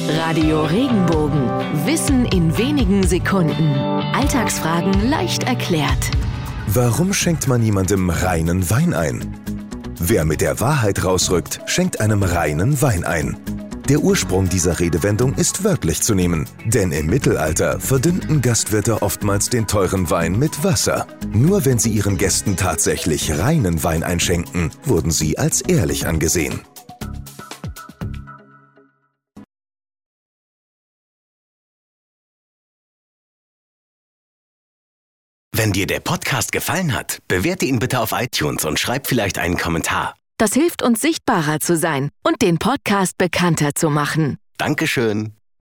Radio Regenbogen. Wissen in wenigen Sekunden. Alltagsfragen leicht erklärt. Warum schenkt man jemandem reinen Wein ein? Wer mit der Wahrheit rausrückt, schenkt einem reinen Wein ein. Der Ursprung dieser Redewendung ist wörtlich zu nehmen, denn im Mittelalter verdünnten Gastwirte oftmals den teuren Wein mit Wasser. Nur wenn sie ihren Gästen tatsächlich reinen Wein einschenkten, wurden sie als ehrlich angesehen. Wenn dir der Podcast gefallen hat, bewerte ihn bitte auf iTunes und schreib vielleicht einen Kommentar. Das hilft uns, sichtbarer zu sein und den Podcast bekannter zu machen. Dankeschön.